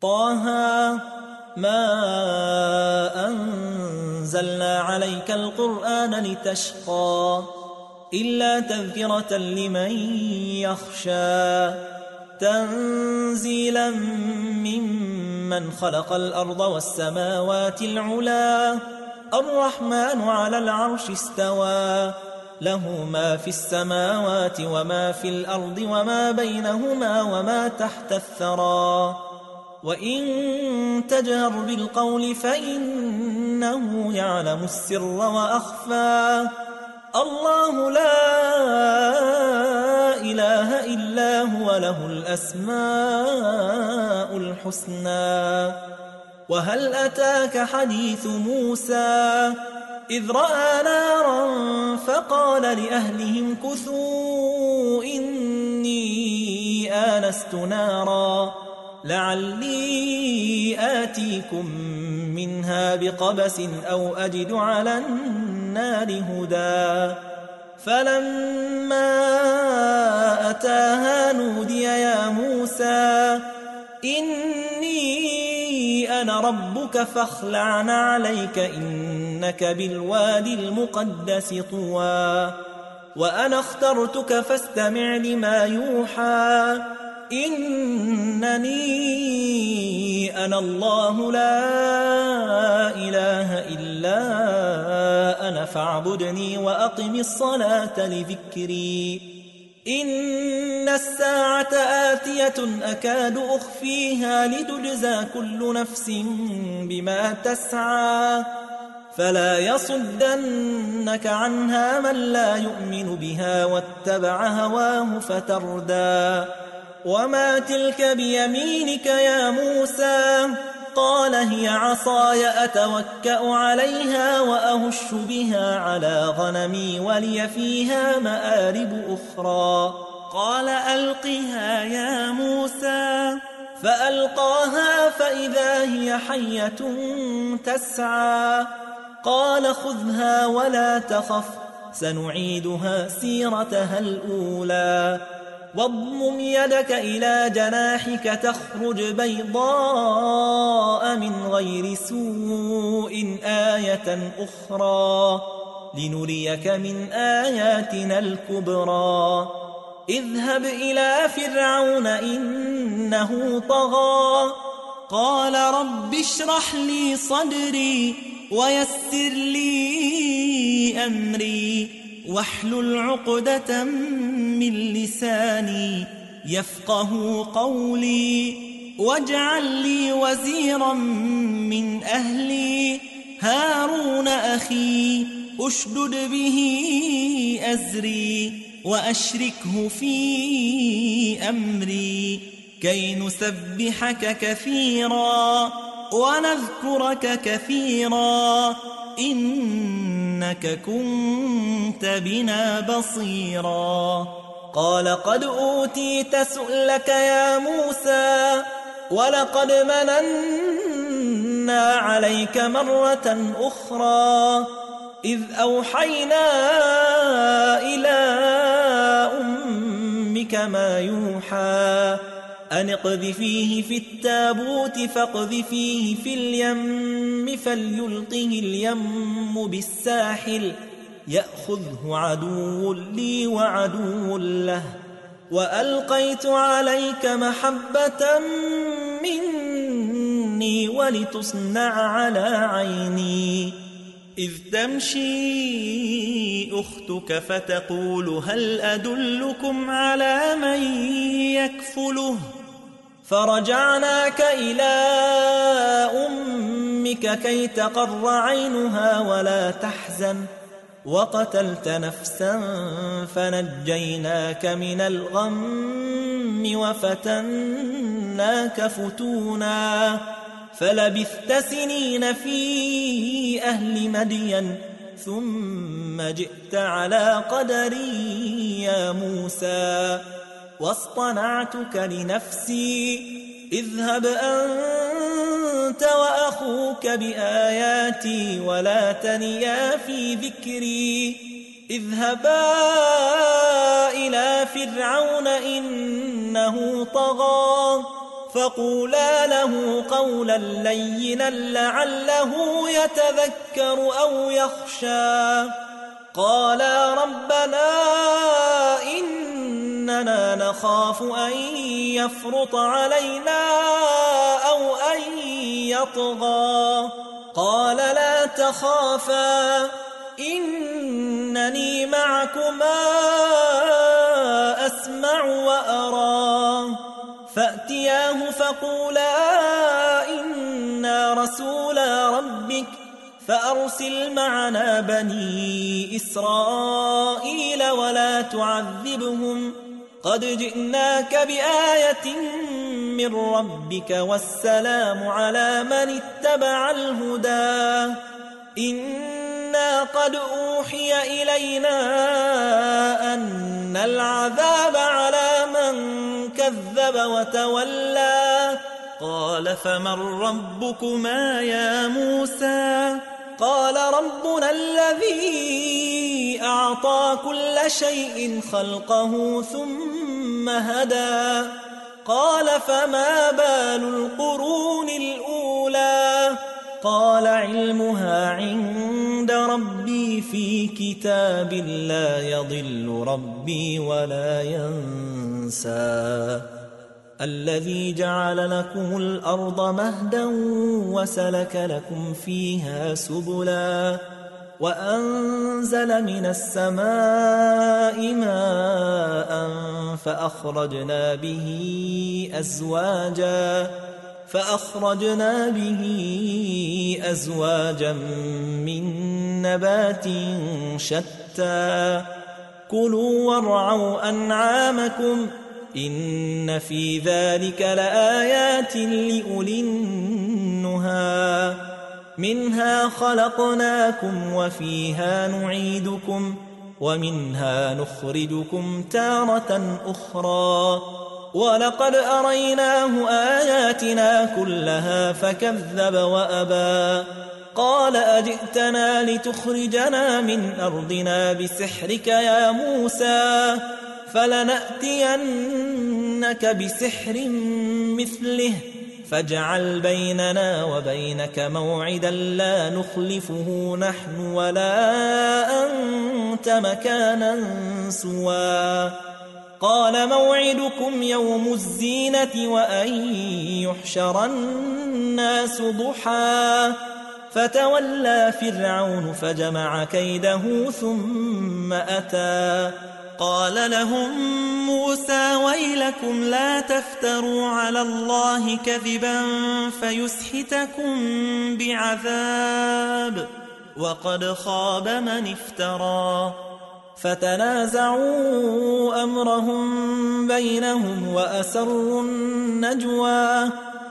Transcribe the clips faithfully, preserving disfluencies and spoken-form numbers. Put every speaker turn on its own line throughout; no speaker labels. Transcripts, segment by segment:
طه ما أنزلنا عليك القرآن لتشقى إلا تذكرة لمن يخشى تنزيلا ممن خلق الأرض والسماوات العلا الرحمن على العرش استوى له ما في السماوات وما في الأرض وما بينهما وما تحت الثرى وإن تجهر بالقول فإنه يعلم السر وأخفى الله لا إله إلا هو له الأسماء الحسنى وهل أتاك حديث موسى إذ رأى نارا فقال لأهلهم كثوا إني آنست نارا لعلي آتيكم منها بقبس أو أجد على النار هدى فلما أتاها نودي يا موسى إني أنا ربك فاخلع عليك إنك بالوادي المقدس طوى وأنا اخترتك فاستمع لما يوحى إنني أنا الله لا إله إلا أنا فاعبدني وأقم الصلاة لذكري إن الساعة آتية أكاد أخفيها لتجزى كل نفس بما تسعى فلا يصدنك عنها من لا يؤمن بها واتبع هواه فتردى وما تلك بيمينك يا موسى قال هي عصاي أتوكأ عليها وأهش بها على غنمي ولي فيها مآرب أخرى قال ألقها يا موسى فألقاها فإذا هي حية تسعى قال خذها ولا تخف سنعيدها سيرتها الأولى واضمم يدك إلى جناحك تخرج بيضاء من غير سوء آية أخرى لنريك من آياتنا الكبرى اذهب إلى فرعون إنه طغى قال رب اشرح لي صدري ويسر لي أمري واحلل عقدة من لساني يفقه قولي واجعل لي وزيرا من أهلي هارون أخي أشدد به أزري وأشركه في أمري كي نسبحك كثيرا ونذكرك كثيرا إنك كنت بنا بصيرا قال قد أوتيت سؤلك يا موسى ولقد مننا عليك مرة أخرى إذ أوحينا إلى أمك ما يوحى أن اقذفيه في التابوت فاقذفيه في اليم فليلقه اليم بالساحل يأخذه عدو لي وعدو له وألقيت عليك محبة مني ولتصنع على عيني إذ تمشي أختك فتقول هل أدلكم على من يكفله فرجعناك إلى أمك كي تقر عينها ولا تحزن وقتلت نفسا فنجيناك من الغم وفتناك فتونا فلبثت سنين في أهل مدين ثم جئت على قدري يا موسى واصطنعتك لنفسي اذهب أنت وأخوك بآياتي ولا تنيا في ذكري اذهبا إلى فرعون إنه طغى فقولا له قولا لينا لعله يتذكر أو يخشى. قالا ربنا إننا نخاف أن يفرط علينا أو أن يطغى. قال لا تخافا إنني معكما أسمع وأرى. فأتياه فقولا إنا رسولا ربك فأرسل معنا بني إسرائيل ولا تعذبهم قد جئناك بآية من ربك والسلام على من اتبع الهدى. إنا قد أوحي إلينا أن العذاب على من كذب وتولى. قال فمن ربكما يا موسى؟ قال ربنا الذي أعطى كل شيء خلقه ثم هدى. قال فما بال القرون الأولى؟ قال علمها عند ربي في كتاب لا يضل ربي ولا ينسى. الذي جعل لكم الأرض مهدا وسلك لكم فيها سبلا وأنزل من السماء ماء فأخرجنا به أزواجا فأخرجنا به أزواجا من نبات شتى. كلوا وارعوا أنعامكم إن في ذلك لآيات لأولي النهى. منها خلقناكم وفيها نعيدكم ومنها نخرجكم تارة أخرى. ولقد أريناه آياتنا كلها فكذب وأبى. قال أجئتنا لتخرجنا من أرضنا بسحرك يا موسى؟ فلنأتينك بسحر مثله فاجعل بيننا وبينك موعدا لا نخلفه نحن ولا أنت مكانا سوى. قال موعدكم يوم الزينة وأن يحشر الناس ضحى. فتولى فرعون فجمع كيده ثم أتى. قال لهم موسى ويلكم لا تفتروا على الله كذبا فيسحتكم بعذاب وقد خاب من افترى. فتنازعوا أمرهم بينهم وأسروا النجوى.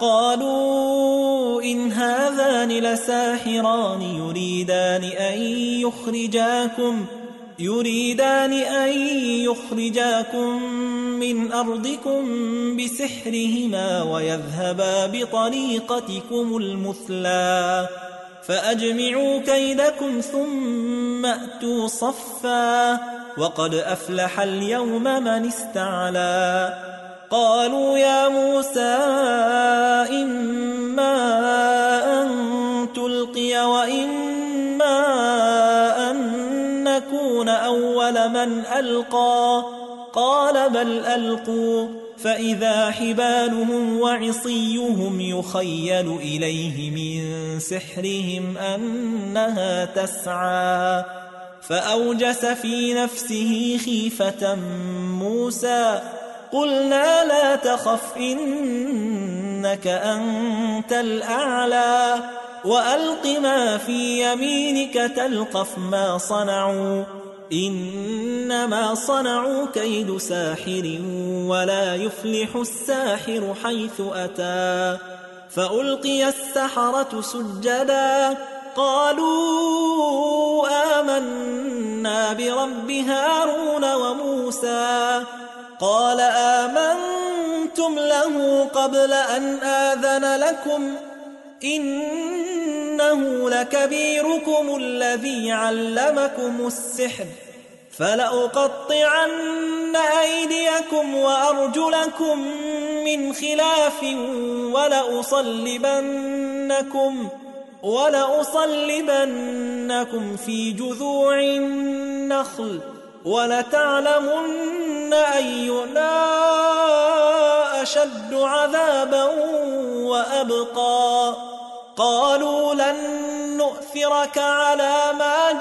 قالوا إن هذان لساحران يريدان أن يخرجاكم يريدان أن يخرجاكم من أرضكم بسحرهما ويذهبا بطريقتكم المثلى. فأجمعوا كيدكم ثم أتوا صفا وقد أفلح اليوم من استعلى. قالوا يا موسى إما أن تلقي وإما أن نكون أول من ألقى. قال بل ألقوا فإذا حبالهم وعصيهم يخيل إليه من سحرهم أنها تسعى. فأوجس في نفسه خيفة موسى. قلنا لا تخف إنك أنت الأعلى وألق ما في يمينك تلقف ما صنعوا إنما صنعوا كيد ساحر ولا يفلح الساحر حيث أتى. فألقي السحرة سجدا قالوا آمنا برب هارون وموسى. قال آمنتم له قبل أن آذن لكم إنه لكبيركم الذي علمكم السحر فلأقطعن أيديكم وأرجلكم من خلاف ولأصلبنكم ولأصلبنكم في جذوع النخل ولتعلمن أينا أشد عذابا وأبقى قالوا لن نؤثرك على ما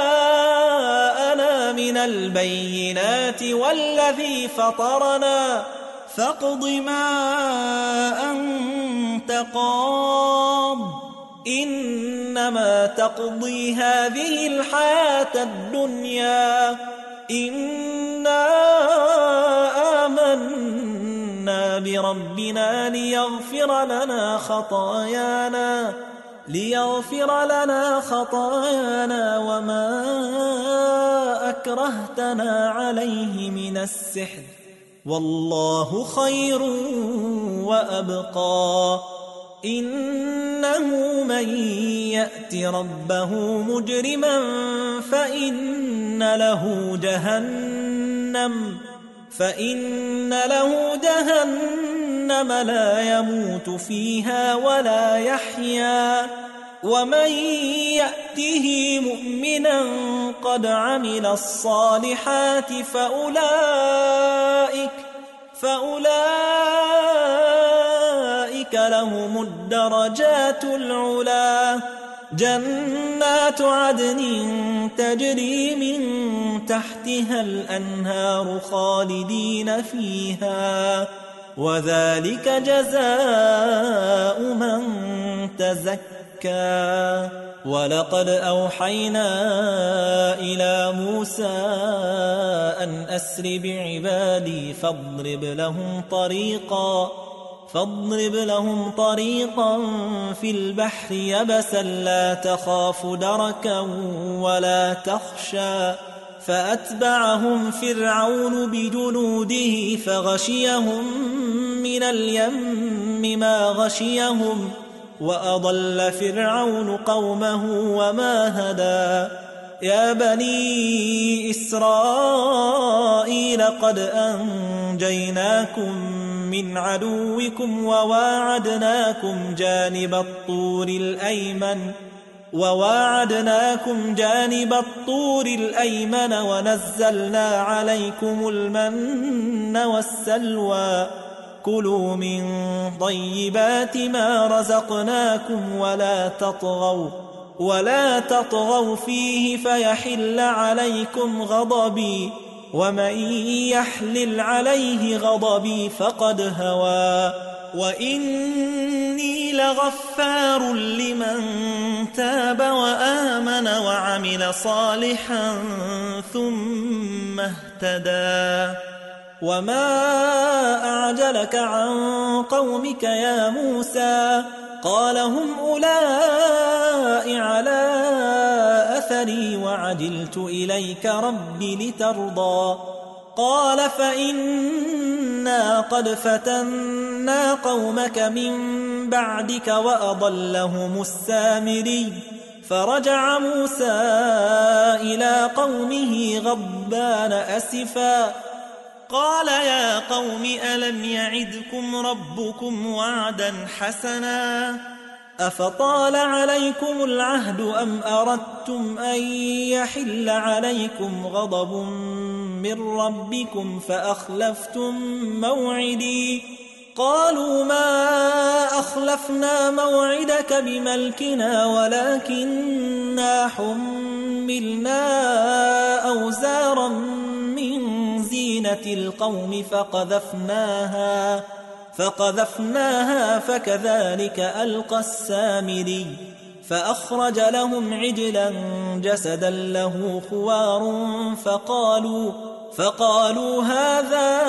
جاءنا من البينات والذي فطرنا فاقض ما أنت قاض إنما تقضي هذه الحياة الدنيا إنا آمنا بربنا ليغفر لنا خطايانا ليغفر لنا خطايانا وما أكرهتنا عليه من السحر والله خير وأبقى إنه من يأت ربه مجرما فإن له جهنم فإن له جهنم لا يموت فيها ولا يحيا ومن يأته مؤمنا قد عمل الصالحات فأولئك فأولئك لهم الدرجات العلا جنات عدن تجري من تحتها الأنهار خالدين فيها وذلك جزاء من تزكى ولقد أوحينا إلى موسى أن أسر بعبادي فاضرب لهم طريقا فاضرب لهم طريقا في البحر يبسا لا تخاف دركا ولا تخشى فأتبعهم فرعون بجنوده فغشيهم من اليم ما غشيهم وأضل فرعون قومه وما هدى يا بني إسرائيل قد أنجيناكم من عدوكم وواعدناكم جانب الطور الأيمن وواعدناكم جانب الطور الأيمن ونزلنا عليكم المن والسلوى كلوا من طيبات ما رزقناكم ولا تطغوا ولا تطغوا فيه فيحل عليكم غضبي ومن يحلل عليه غضبي فقد هوى وإني لغفار لمن تاب وآمن وعمل صالحا ثم اهتدى وما أعجلك عن قومك يا موسى قال هم أولئك على أثري وعجلت إليك رب لترضى قال فإنا قد فتنا قومك من بعدك وأضلهم السامري فرجع موسى إلى قومه غضبان أسفا قال يا قوم ألم يعدكم ربكم وعدا حسنا أفطال عليكم العهد أم أردتم أن يحل عليكم غضب من ربكم فأخلفتم موعدي قالوا ما أخلفنا موعدك بملكنا ولكننا حملنا أوزارا من زينة القوم فقذفناها فقذفناها فكذلك ألقى السامري فأخرج لهم عجلا جسدا له خوار فقالوا فقالوا هذا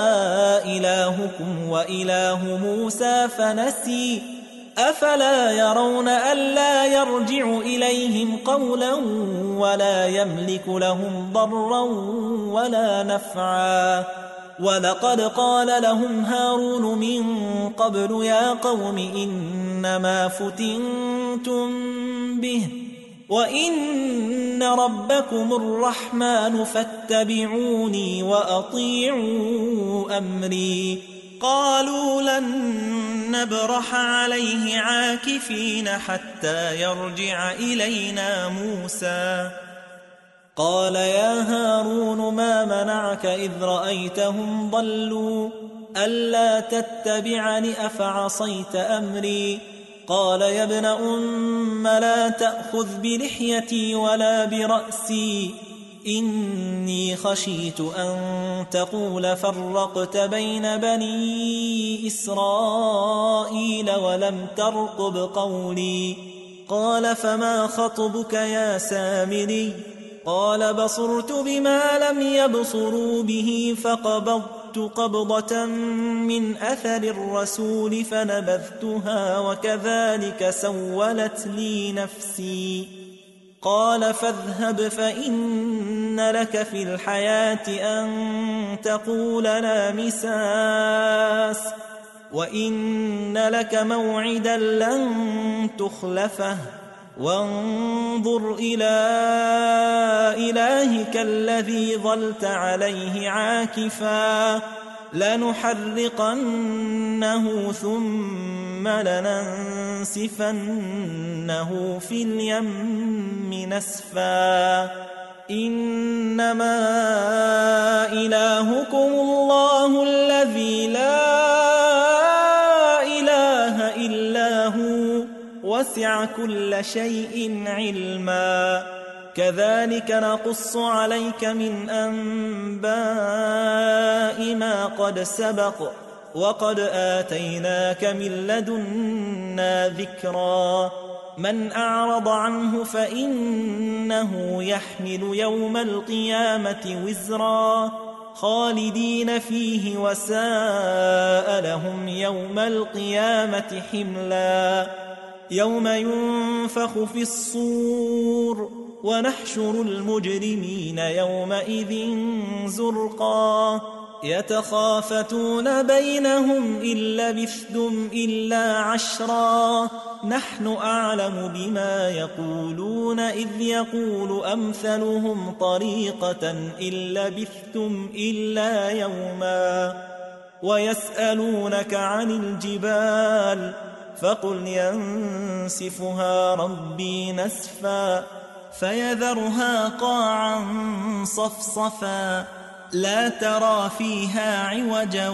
إلهكم وإله موسى فنسي أفلا يرون ألا يرجع إليهم قولا ولا يملك لهم ضرا ولا نفعا ولقد قال لهم هارون من قبل يا قوم إنما فتنتم به وإن ربكم الرحمن فاتبعوني وأطيعوا أمري قالوا لن نبرح عليه عاكفين حتى يرجع إلينا موسى قال يا هارون ما منعك إذ رأيتهم ضلوا ألا تتبعني أفعصيت أمري قال يا ابن أم لا تأخذ بلحيتي ولا برأسي إني خشيت أن تقول فرقت بين بني إسرائيل ولم ترقب قولي قال فما خطبك يا سامري قال بصرت بما لم يبصروا به فقبضت قبضة من أثر الرسول فنبذتها وكذلك سولت لي نفسي قال فاذهب فإن لك في الحياة أن تقول لا مساس وإن لك موعدا لن تخلفه وانظر إلى إلهك الذي ظلت عليه عاكفا لنحرقنه ثم لننسفنه في اليم نسفا إنما إلهكم الله الذي لا إله إلا هو وسع كل شيء علما كذلك نقص عليك من أنباء ما قد سبق وقد آتيناك من لدنا ذكرا من أعرض عنه فإنه يحمل يوم القيامة وزرا خالدين فيه وساء لهم يوم القيامة حملا يوم ينفخ في الصور ونحشر المجرمين يومئذ زرقا يتخافتون بينهم إن لبثتم إلا عشرا نحن أعلم بما يقولون إذ يقول أمثلهم طريقة إن لبثتم إلا يوما ويسألونك عن الجبال فقل ينسفها ربي نسفا فيذرها قاعا صفصفا لا ترى فيها عوجا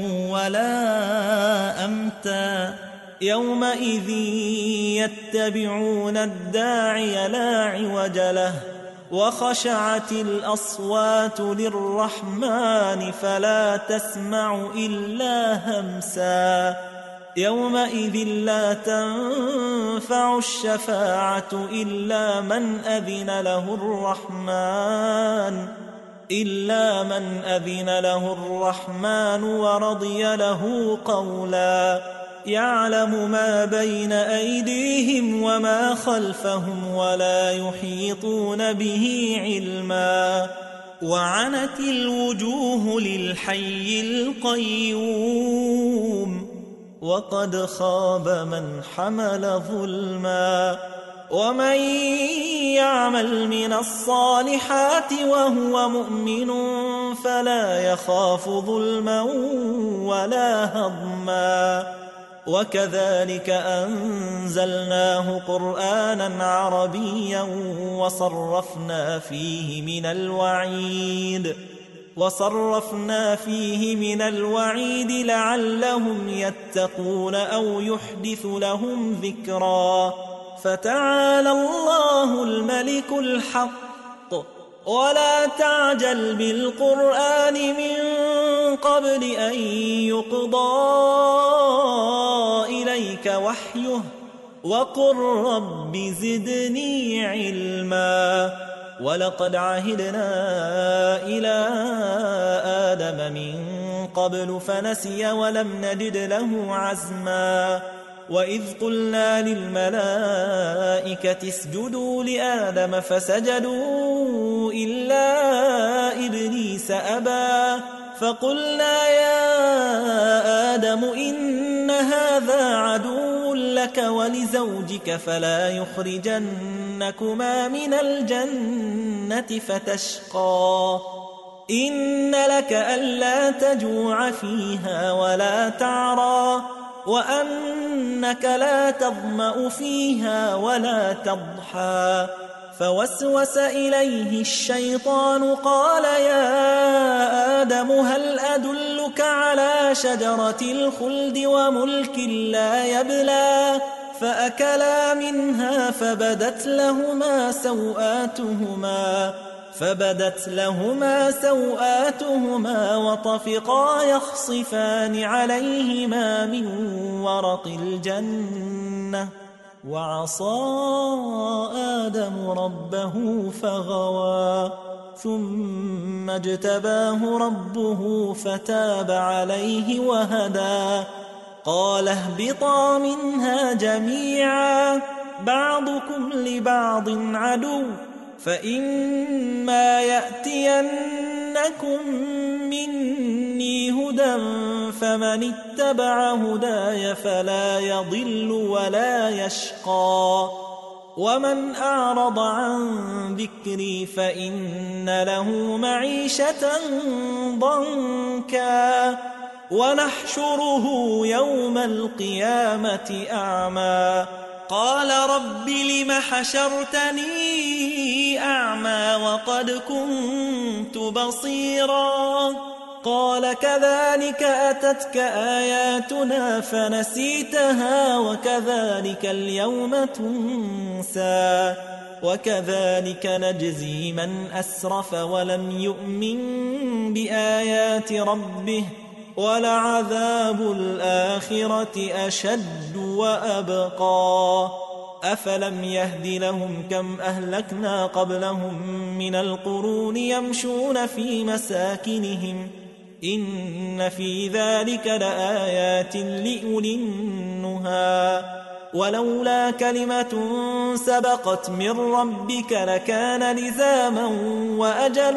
ولا أمتا يومئذ يتبعون الداعي لا عوج له وخشعت الأصوات للرحمن فلا تسمع إلا همسا يومئذ لا تنفع الشفاعة إلا من أذن له الرحمن إلا من أذن له الرحمن ورضي له قولا يعلم ما بين أيديهم وما خلفهم ولا يحيطون به علما وعنت الوجوه للحي القيوم وقد خاب من حمل ظلما ومن يعمل من الصالحات وهو مؤمن فلا يخاف ظلما ولا هضما وكذلك أنزلناه قرآنا عربيا وصرفنا فيه من الوعيد وصرفنا فيه من الوعيد لعلهم يتقون أو يحدث لهم ذكرا فتعالى الله الملك الحق ولا تعجل بالقرآن من قبل أن يقضى إليك وحيه وقل رب زدني علما ولقد عهدنا إلى آدم من قبل فنسي ولم نجد له عزما وإذ قلنا للملائكة اسجدوا لآدم فسجدوا إلا إبليس أبى فقلنا يا آدم إن هذا عدو لك ولزوجك فلا يخرجنكما من الجنة فتشقى إن لك ألا تجوع فيها ولا تعرى وأنك لا تظمأ فيها ولا تضحى فوسوس إليه الشيطان قال يا آدم هل أدلك على شجرة الخلد وملك لا يبلى فأكلا منها فبدت لهما سوآتهما فبدت لهما سوآتهما وطفقا يخصفان عليهما من ورق الجنة وعصى آدم ربه فغوى ثم اجتباه ربه فتاب عليه وهدى قال اهبطا منها جميعا بعضكم لبعض عدو فإما يأتينكم مني هدى فمن اتبع هداي فلا يضل ولا يشقى ومن أعرض عن ذكري فإن له معيشة ضنكا ونحشره يوم القيامة أعمى قال رب لم حشرتني أعمى وقد كنت بصيرا قال كذلك أتتك آياتنا فنسيتها وكذلك اليوم تنسى وكذلك نجزي من أسرف ولم يؤمن بآيات ربه ولعذاب الآخرة أشد وأبقى أفلم يهد لهم كم أهلكنا قبلهم من القرون يمشون في مساكنهم إن في ذلك لآيات لأولي النهى ولولا كلمة سبقت من ربك لكان لزاما وأجل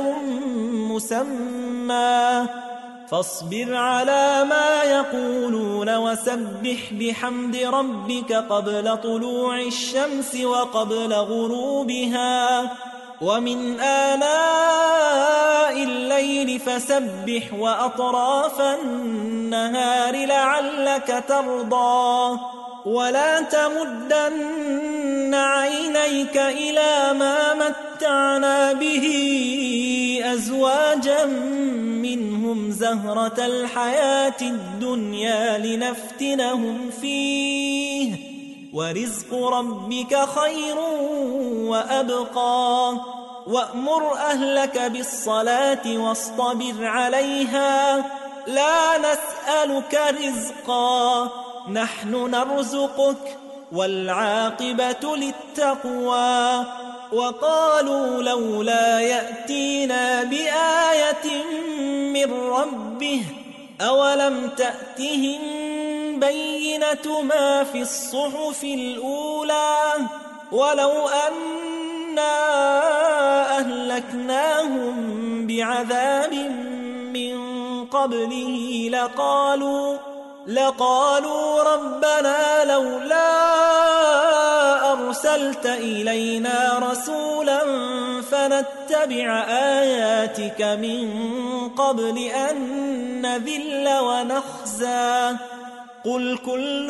مسمى فاصبر على ما يقولون وسبح بحمد ربك قبل طلوع الشمس وقبل غروبها ومن آناء الليل فسبح وأطراف النهار لعلك ترضى ولا تمدن عينيك إلى ما متعنا به أزواجا منهم زهرة الحياة الدنيا لنفتنهم فيه ورزق ربك خير وأبقى وأمر أهلك بالصلاة واصطبر عليها لا نسألك رزقا نحن نرزقك والعاقبة للتقوى وقالوا لولا يأتينا بآية من ربه أولم تأتهم بينة ما في الصحف الأولى ولو أنا أهلكناهم بعذاب من قبله لقالوا لقالوا ربنا لولا أرسلت إلينا رسولا فنتبع آياتك من قبل أن نذل ونخزى قل كل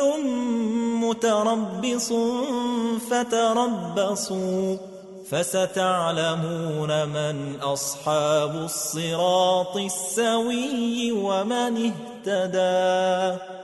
متربص فتربصوا فستعلمون من أصحاب الصراط السوي ومن اهتدى